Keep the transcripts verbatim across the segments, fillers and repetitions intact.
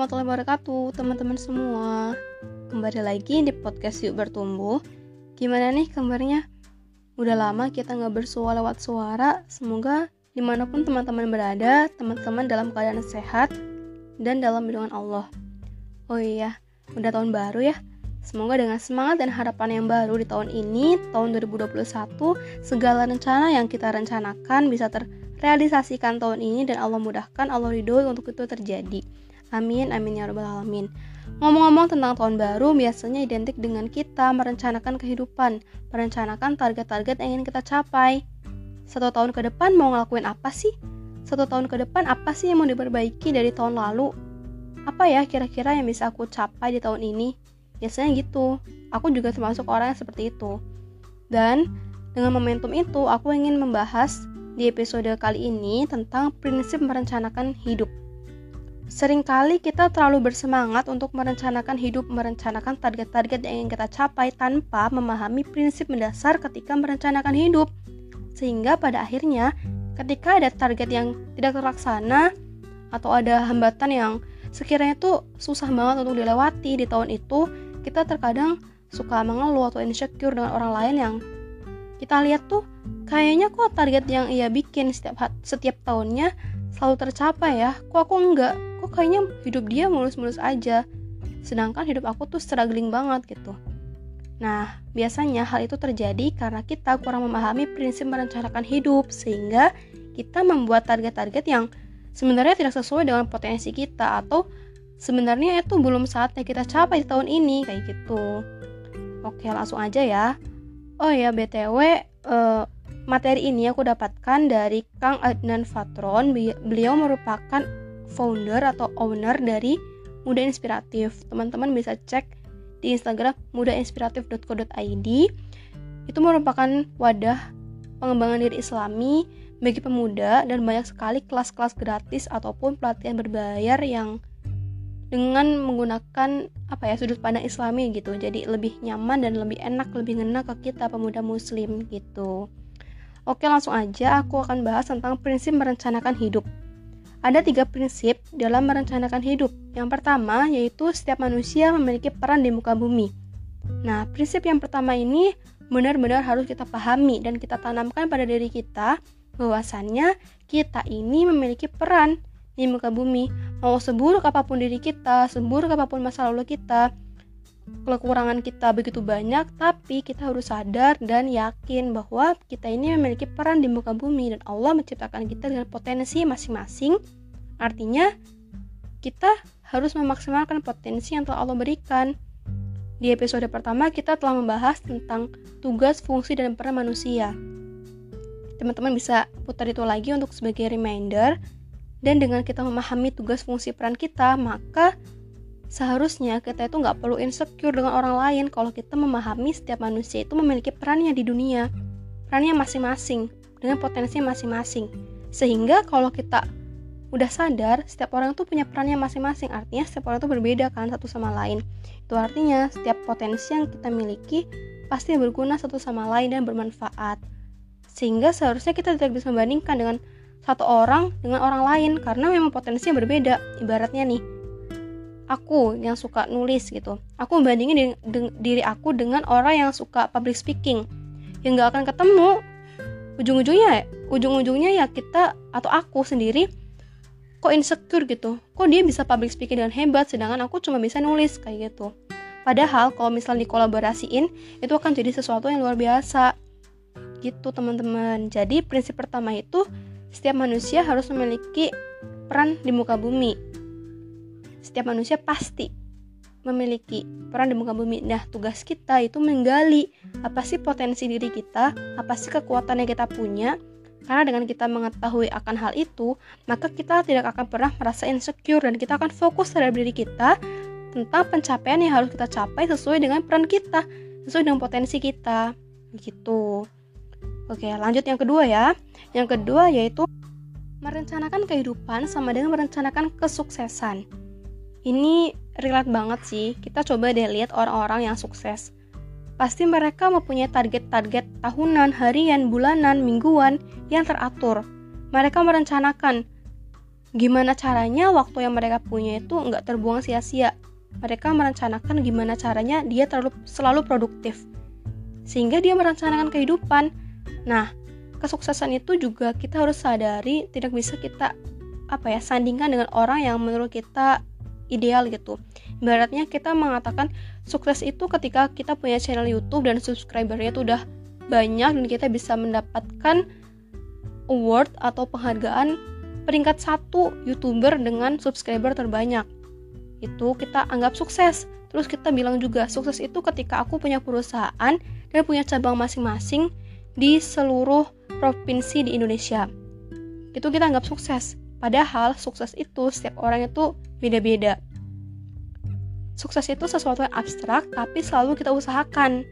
warahmatullahi wabarakatuh, teman-teman semua. Kembali lagi di podcast Yuk Bertumbuh. Gimana nih kabarnya? Udah lama kita gak bersua lewat suara. Semoga dimanapun teman-teman berada, teman-teman dalam keadaan sehat dan dalam lindungan Allah. Oh iya, udah tahun baru ya. Semoga dengan semangat dan harapan yang baru di tahun ini, tahun dua ribu dua puluh satu, segala rencana yang kita rencanakan bisa terrealisasikan tahun ini dan Allah mudahkan, Allah ridhoi untuk itu terjadi. Amin, amin ya rabbal alamin. Ngomong-ngomong tentang tahun baru, biasanya identik dengan kita merencanakan kehidupan, merencanakan target-target yang ingin kita capai. Satu tahun ke depan mau ngelakuin apa sih? Satu tahun ke depan apa sih yang mau diperbaiki dari tahun lalu? Apa ya kira-kira yang bisa aku capai di tahun ini? Biasanya gitu. Aku juga termasuk orang yang seperti itu. Dan dengan momentum itu, aku ingin membahas di episode kali ini tentang prinsip merencanakan hidup. Seringkali kita terlalu bersemangat untuk merencanakan hidup, merencanakan target-target yang ingin kita capai tanpa memahami prinsip mendasar ketika merencanakan hidup. Sehingga pada akhirnya, ketika ada target yang tidak terlaksana atau ada hambatan yang sekiranya tuh susah banget untuk dilewati di tahun itu, kita terkadang suka mengeluh atau insecure dengan orang lain yang kita lihat tuh kayaknya kok target yang ia bikin setiap setiap tahunnya selalu tercapai ya, kok aku enggak, kok kayaknya hidup dia mulus-mulus aja, sedangkan hidup aku tuh struggling banget gitu. Nah, biasanya hal itu terjadi karena kita kurang memahami prinsip merencanakan hidup, sehingga kita membuat target-target yang sebenarnya tidak sesuai dengan potensi kita, atau sebenarnya itu belum saatnya kita capai di tahun ini, kayak gitu. Oke, langsung aja ya. Oh ya, B T W, uh, materi ini aku dapatkan dari Kang Adnan Fatron. Beliau merupakan founder atau owner dari Muda Inspiratif. Teman-teman bisa cek di Instagram muda inspiratif dot co dot i d. Itu merupakan wadah pengembangan diri Islami bagi pemuda dan banyak sekali kelas-kelas gratis ataupun pelatihan berbayar yang dengan menggunakan apa ya sudut pandang Islami gitu. Jadi lebih nyaman dan lebih enak, lebih ngena ke kita pemuda muslim gitu. Oke, langsung aja aku akan bahas tentang prinsip merencanakan hidup. Ada tiga prinsip dalam merencanakan hidup. Yang pertama yaitu setiap manusia memiliki peran di muka bumi. Nah, prinsip yang pertama ini benar-benar harus kita pahami dan kita tanamkan pada diri kita bahwasannya kita ini memiliki peran di muka bumi. Mau seburuk apapun diri kita, seburuk apapun masa lalu kita, kekurangan kita begitu banyak, tapi kita harus sadar dan yakin bahwa kita ini memiliki peran di muka bumi dan Allah menciptakan kita dengan potensi masing-masing. Artinya kita harus memaksimalkan potensi yang telah Allah berikan. Di episode pertama kita telah membahas tentang tugas, fungsi, dan peran manusia. Teman-teman bisa putar itu lagi untuk sebagai reminder. Dan dengan kita memahami tugas, fungsi, peran kita, maka seharusnya kita itu gak perlu insecure dengan orang lain kalau kita memahami setiap manusia itu memiliki perannya di dunia, perannya masing-masing, dengan potensi masing-masing. Sehingga kalau kita udah sadar, setiap orang itu punya perannya masing-masing, artinya setiap orang itu berbeda kan satu sama lain. Itu artinya setiap potensi yang kita miliki pasti berguna satu sama lain dan bermanfaat. Sehingga seharusnya kita tidak bisa membandingkan dengan satu orang dengan orang lain karena memang potensinya berbeda. Ibaratnya nih, aku yang suka nulis gitu, aku membandingin diri, diri aku dengan orang yang suka public speaking, yang gak akan ketemu. Ujung-ujungnya ujung-ujungnya ya kita atau aku sendiri kok insecure gitu, kok dia bisa public speaking dengan hebat sedangkan aku cuma bisa nulis kayak gitu. Padahal kalau misalnya dikolaborasiin itu akan jadi sesuatu yang luar biasa gitu teman-teman. Jadi prinsip pertama itu setiap manusia harus memiliki peran di muka bumi. Setiap manusia pasti memiliki peran di muka bumi. Nah, tugas kita itu menggali apa sih potensi diri kita, apa sih kekuatan yang kita punya. Karena dengan kita mengetahui akan hal itu, maka kita tidak akan pernah merasa insecure dan kita akan fokus terhadap diri kita tentang pencapaian yang harus kita capai sesuai dengan peran kita, sesuai dengan potensi kita. Gitu. Oke, lanjut yang kedua ya. Yang kedua yaitu merencanakan kehidupan sama dengan merencanakan kesuksesan. Ini relate banget sih. Kita coba deh lihat orang-orang yang sukses. Pasti mereka mempunyai target-target tahunan, harian, bulanan, mingguan yang teratur. Mereka merencanakan gimana caranya waktu yang mereka punya itu nggak terbuang sia-sia. Mereka merencanakan gimana caranya dia terlalu, selalu produktif, sehingga dia merencanakan kehidupan. Nah, kesuksesan itu juga kita harus sadari tidak bisa kita apa ya sandingkan dengan orang yang menurut kita ideal gitu. Ibaratnya kita mengatakan sukses itu ketika kita punya channel YouTube dan subscribernya itu udah banyak dan kita bisa mendapatkan award atau penghargaan peringkat satu YouTuber dengan subscriber terbanyak. Itu kita anggap sukses. Terus kita bilang juga sukses itu ketika aku punya perusahaan dan punya cabang masing-masing di seluruh provinsi di Indonesia. Itu kita anggap sukses. Padahal sukses itu setiap orang itu beda-beda. Sukses itu sesuatu yang abstrak tapi selalu kita usahakan.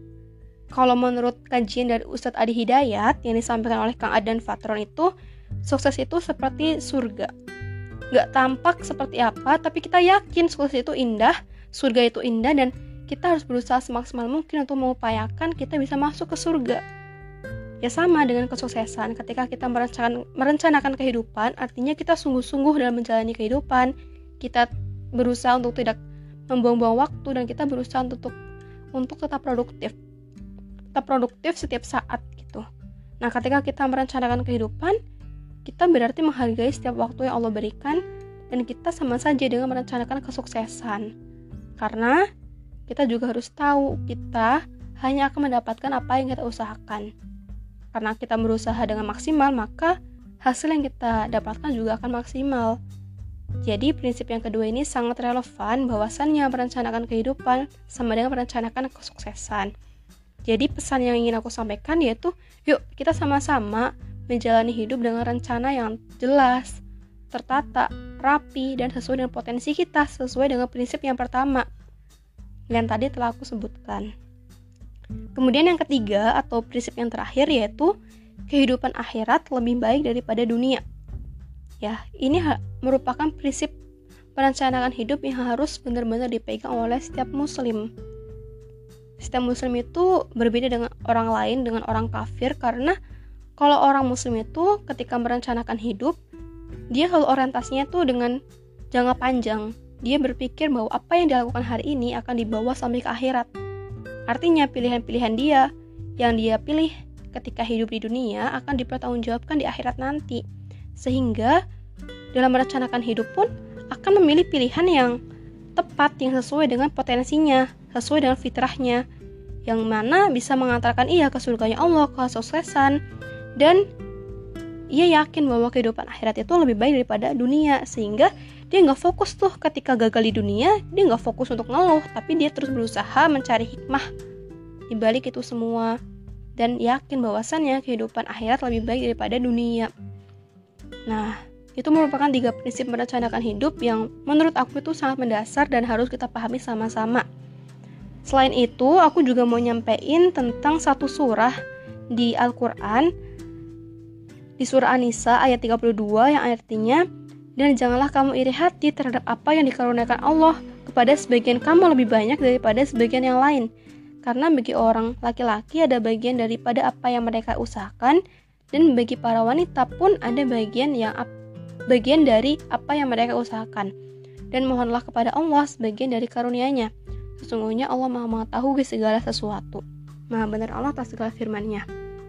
Kalau menurut kajian dari Ustadz Adi Hidayat yang disampaikan oleh Kang Adan Fatron itu, sukses itu seperti surga. Gak tampak seperti apa, tapi kita yakin sukses itu indah, surga itu indah, dan kita harus berusaha semaksimal mungkin untuk mengupayakan kita bisa masuk ke surga. Ya sama dengan kesuksesan, ketika kita merencanakan, merencanakan kehidupan, artinya kita sungguh-sungguh dalam menjalani kehidupan, kita berusaha untuk tidak membuang-buang waktu, dan kita berusaha untuk, untuk tetap produktif. Tetap produktif setiap saat gitu. Nah, ketika kita merencanakan kehidupan, kita berarti menghargai setiap waktu yang Allah berikan, dan kita sama saja dengan merencanakan kesuksesan. Karena kita juga harus tahu kita hanya akan mendapatkan apa yang kita usahakan. Karena kita berusaha dengan maksimal, maka hasil yang kita dapatkan juga akan maksimal. Jadi prinsip yang kedua ini sangat relevan, bahwasannya merencanakan kehidupan sama dengan merencanakan kesuksesan. Jadi pesan yang ingin aku sampaikan yaitu, yuk kita sama-sama menjalani hidup dengan rencana yang jelas, tertata, rapi, dan sesuai dengan potensi kita, sesuai dengan prinsip yang pertama yang tadi telah aku sebutkan. Kemudian yang ketiga atau prinsip yang terakhir yaitu kehidupan akhirat lebih baik daripada dunia. Ya, ini ha- merupakan prinsip perencanaan hidup yang harus benar-benar dipegang oleh setiap muslim. Setiap muslim itu berbeda dengan orang lain, dengan orang kafir, karena kalau orang muslim itu ketika merencanakan hidup, dia selalu orientasinya tuh dengan jangka panjang. Dia berpikir bahwa apa yang dilakukan hari ini akan dibawa sampai ke akhirat. Artinya pilihan-pilihan dia yang dia pilih ketika hidup di dunia akan dipertanggungjawabkan di akhirat nanti. Sehingga dalam merencanakan hidup pun akan memilih pilihan yang tepat, yang sesuai dengan potensinya, sesuai dengan fitrahnya, yang mana bisa mengantarkan ia ke surganya Allah, ke kesuksesan, dan ia yakin bahwa kehidupan akhirat itu lebih baik daripada dunia, sehingga dia nggak fokus tuh ketika gagal di dunia, dia nggak fokus untuk ngeluh, tapi dia terus berusaha mencari hikmah di balik itu semua, dan yakin bahwasannya kehidupan akhirat lebih baik daripada dunia. Nah, itu merupakan tiga prinsip merencanakan hidup yang menurut aku itu sangat mendasar dan harus kita pahami sama-sama. Selain itu, aku juga mau nyampein tentang satu surah di Al-Quran, di surah An-Nisa ayat tiga puluh dua yang artinya, dan janganlah kamu iri hati terhadap apa yang dikaruniakan Allah kepada sebagian kamu lebih banyak daripada sebagian yang lain. Karena bagi orang laki-laki ada bagian daripada apa yang mereka usahakan, dan bagi para wanita pun ada bagian yang bagian dari apa yang mereka usahakan. Dan mohonlah kepada Allah sebagian dari karunia-Nya. Sesungguhnya Allah Maha mengetahui segala sesuatu. Maha benar Allah atas segala firman-Nya.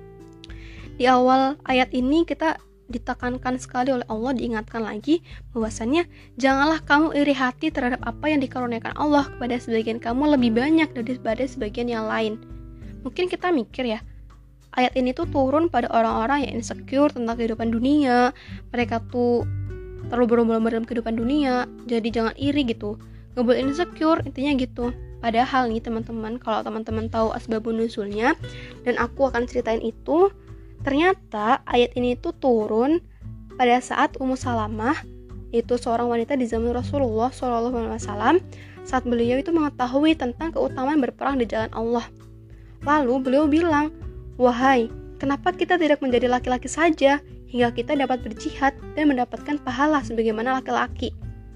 Di awal ayat ini kita ditekankan sekali oleh Allah, diingatkan lagi bahwasannya janganlah kamu iri hati terhadap apa yang dikaruniakan Allah kepada sebagian kamu lebih banyak daripada sebagian yang lain. Mungkin kita mikir ya, ayat ini tuh turun pada orang-orang yang insecure tentang kehidupan dunia. Mereka tuh terlalu berlomba-lomba dalam kehidupan dunia, jadi jangan iri gitu, gak boleh insecure, intinya gitu. Padahal nih teman-teman, kalau teman-teman tahu asbabun nuzulnya, dan aku akan ceritain itu, ternyata ayat ini tuh turun pada saat Ummu Salamah, itu seorang wanita di zaman Rasulullah shallallahu alaihi wasallam, saat beliau itu mengetahui tentang keutamaan berperang di jalan Allah. Lalu beliau bilang, wahai, kenapa kita tidak menjadi laki-laki saja hingga kita dapat berjihad dan mendapatkan pahala sebagaimana laki-laki?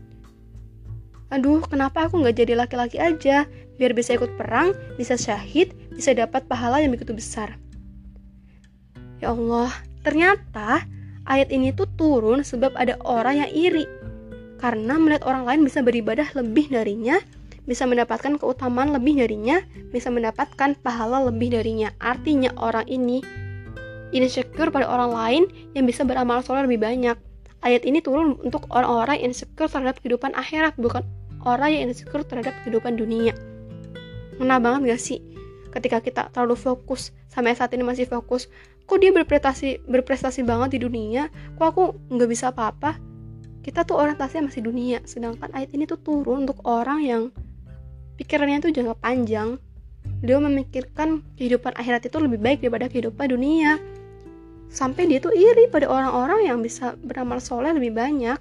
Aduh, kenapa aku gak jadi laki-laki aja, biar bisa ikut perang, bisa syahid, bisa dapat pahala yang begitu besar. Ya Allah, ternyata ayat ini tuh turun sebab ada orang yang iri karena melihat orang lain bisa beribadah lebih darinya, bisa mendapatkan keutamaan lebih darinya, bisa mendapatkan pahala lebih darinya. Artinya orang ini insecure pada orang lain yang bisa beramal soleh lebih banyak. Ayat ini turun untuk orang-orang yang insecure terhadap kehidupan akhirat, bukan orang yang insecure terhadap kehidupan dunia. Ngena banget gak sih? Ketika kita terlalu fokus, sampai saat ini masih fokus, kok dia berprestasi berprestasi banget di dunia, kok aku nggak bisa apa-apa. Kita tuh orientasinya masih dunia, sedangkan ayat ini tuh turun untuk orang yang pikirannya tuh jangka panjang. Dia memikirkan kehidupan akhirat itu lebih baik daripada kehidupan dunia, sampai dia tuh iri pada orang-orang yang bisa beramal soleh lebih banyak.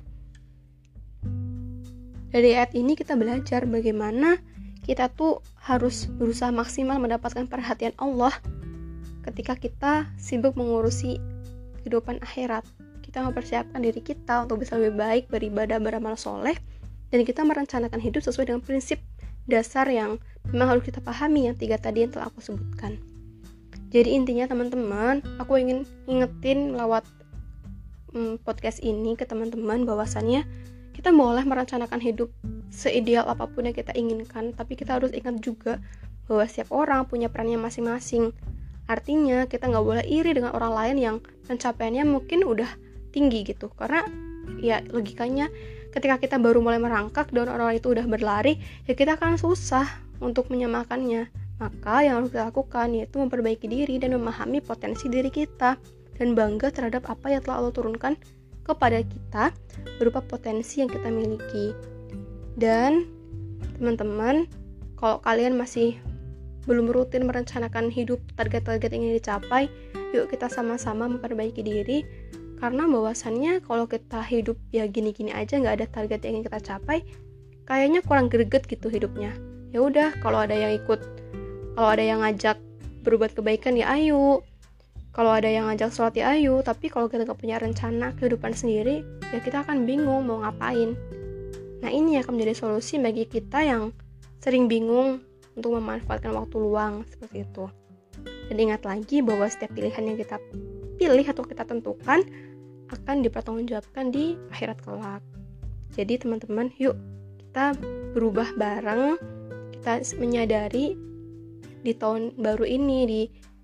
Dari ayat ini kita belajar bagaimana kita tuh harus berusaha maksimal mendapatkan perhatian Allah ketika kita sibuk mengurusi kehidupan akhirat. Kita mempersiapkan diri kita untuk bisa lebih baik beribadah, beramal soleh, dan kita merencanakan hidup sesuai dengan prinsip dasar yang memang harus kita pahami, yang tiga tadi yang telah aku sebutkan. Jadi intinya teman-teman, aku ingin ingetin lewat hmm, podcast ini ke teman-teman bahwasannya kita boleh merencanakan hidup seideal apapun yang kita inginkan, tapi kita harus ingat juga bahwa setiap orang punya perannya masing-masing. Artinya kita nggak boleh iri dengan orang lain yang pencapaiannya mungkin udah tinggi gitu, karena ya logikanya ketika kita baru mulai merangkak dan orang itu udah berlari, ya kita akan susah untuk menyamakannya. Maka yang harus kita lakukan yaitu memperbaiki diri dan memahami potensi diri kita dan bangga terhadap apa yang telah Allah turunkan kepada kita berupa potensi yang kita miliki. Dan teman-teman, kalau kalian masih belum rutin merencanakan hidup, target-target yang ingin dicapai, yuk kita sama-sama memperbaiki diri. Karena bahwasannya kalau kita hidup ya gini-gini aja, nggak ada target yang ingin kita capai, kayaknya kurang greget gitu hidupnya. Ya udah, kalau ada yang ikut, kalau ada yang ngajak berbuat kebaikan ya ayo, kalau ada yang ngajak sholat ya ayo. Tapi kalau kita nggak punya rencana kehidupan sendiri, ya kita akan bingung mau ngapain. Nah ini akan menjadi solusi bagi kita yang sering bingung untuk memanfaatkan waktu luang seperti itu. Dan ingat lagi bahwa setiap pilihan yang kita pilih atau kita tentukan akan dipertanggungjawabkan di akhirat kelak. Jadi teman-teman, yuk kita berubah bareng, kita menyadari di tahun baru ini, di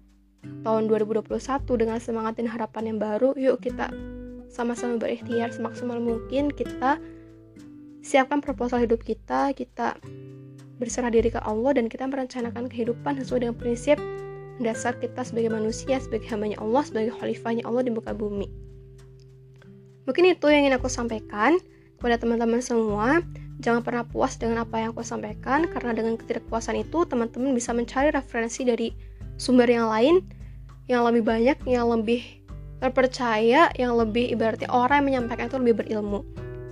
tahun dua ribu dua puluh satu dengan semangat dan harapan yang baru, yuk kita sama-sama berikhtiar semaksimal mungkin, kita siapkan proposal hidup kita, kita berserah diri ke Allah, dan kita merencanakan kehidupan sesuai dengan prinsip dasar kita sebagai manusia, sebagai hambanya Allah, sebagai khalifahnya Allah di muka bumi. Mungkin itu yang ingin aku sampaikan kepada teman-teman semua. Jangan pernah puas dengan apa yang aku sampaikan, karena dengan ketidakpuasan itu teman-teman bisa mencari referensi dari sumber yang lain, yang lebih banyak, yang lebih terpercaya, yang lebih ibaratnya orang yang menyampaikan itu lebih berilmu.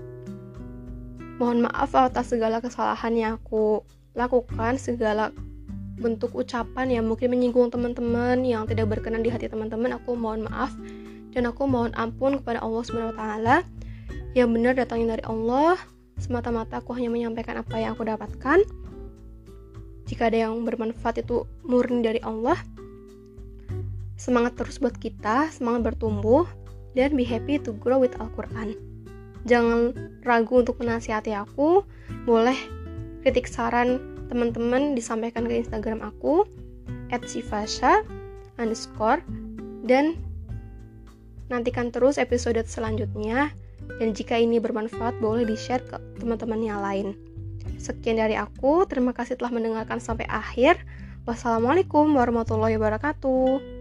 Mohon maaf atas segala kesalahan yang aku lakukan, segala bentuk ucapan yang mungkin menyinggung teman-teman, yang tidak berkenan di hati teman-teman. Aku mohon maaf dan aku mohon ampun kepada Allah subhanahu wa taala. Yang benar datangnya dari Allah. Semata-mata aku hanya menyampaikan apa yang aku dapatkan. Jika ada yang bermanfaat itu murni dari Allah. Semangat terus buat kita, semangat bertumbuh, dan be happy to grow with Al-Quran. Jangan ragu untuk menasihati aku. Boleh kritik saran teman-teman disampaikan ke Instagram aku at sifasha underscore, dan nantikan terus episode selanjutnya. Dan jika ini bermanfaat, boleh di-share ke teman-teman yang lain. Sekian dari aku, terima kasih telah mendengarkan sampai akhir. Wassalamualaikum warahmatullahi wabarakatuh.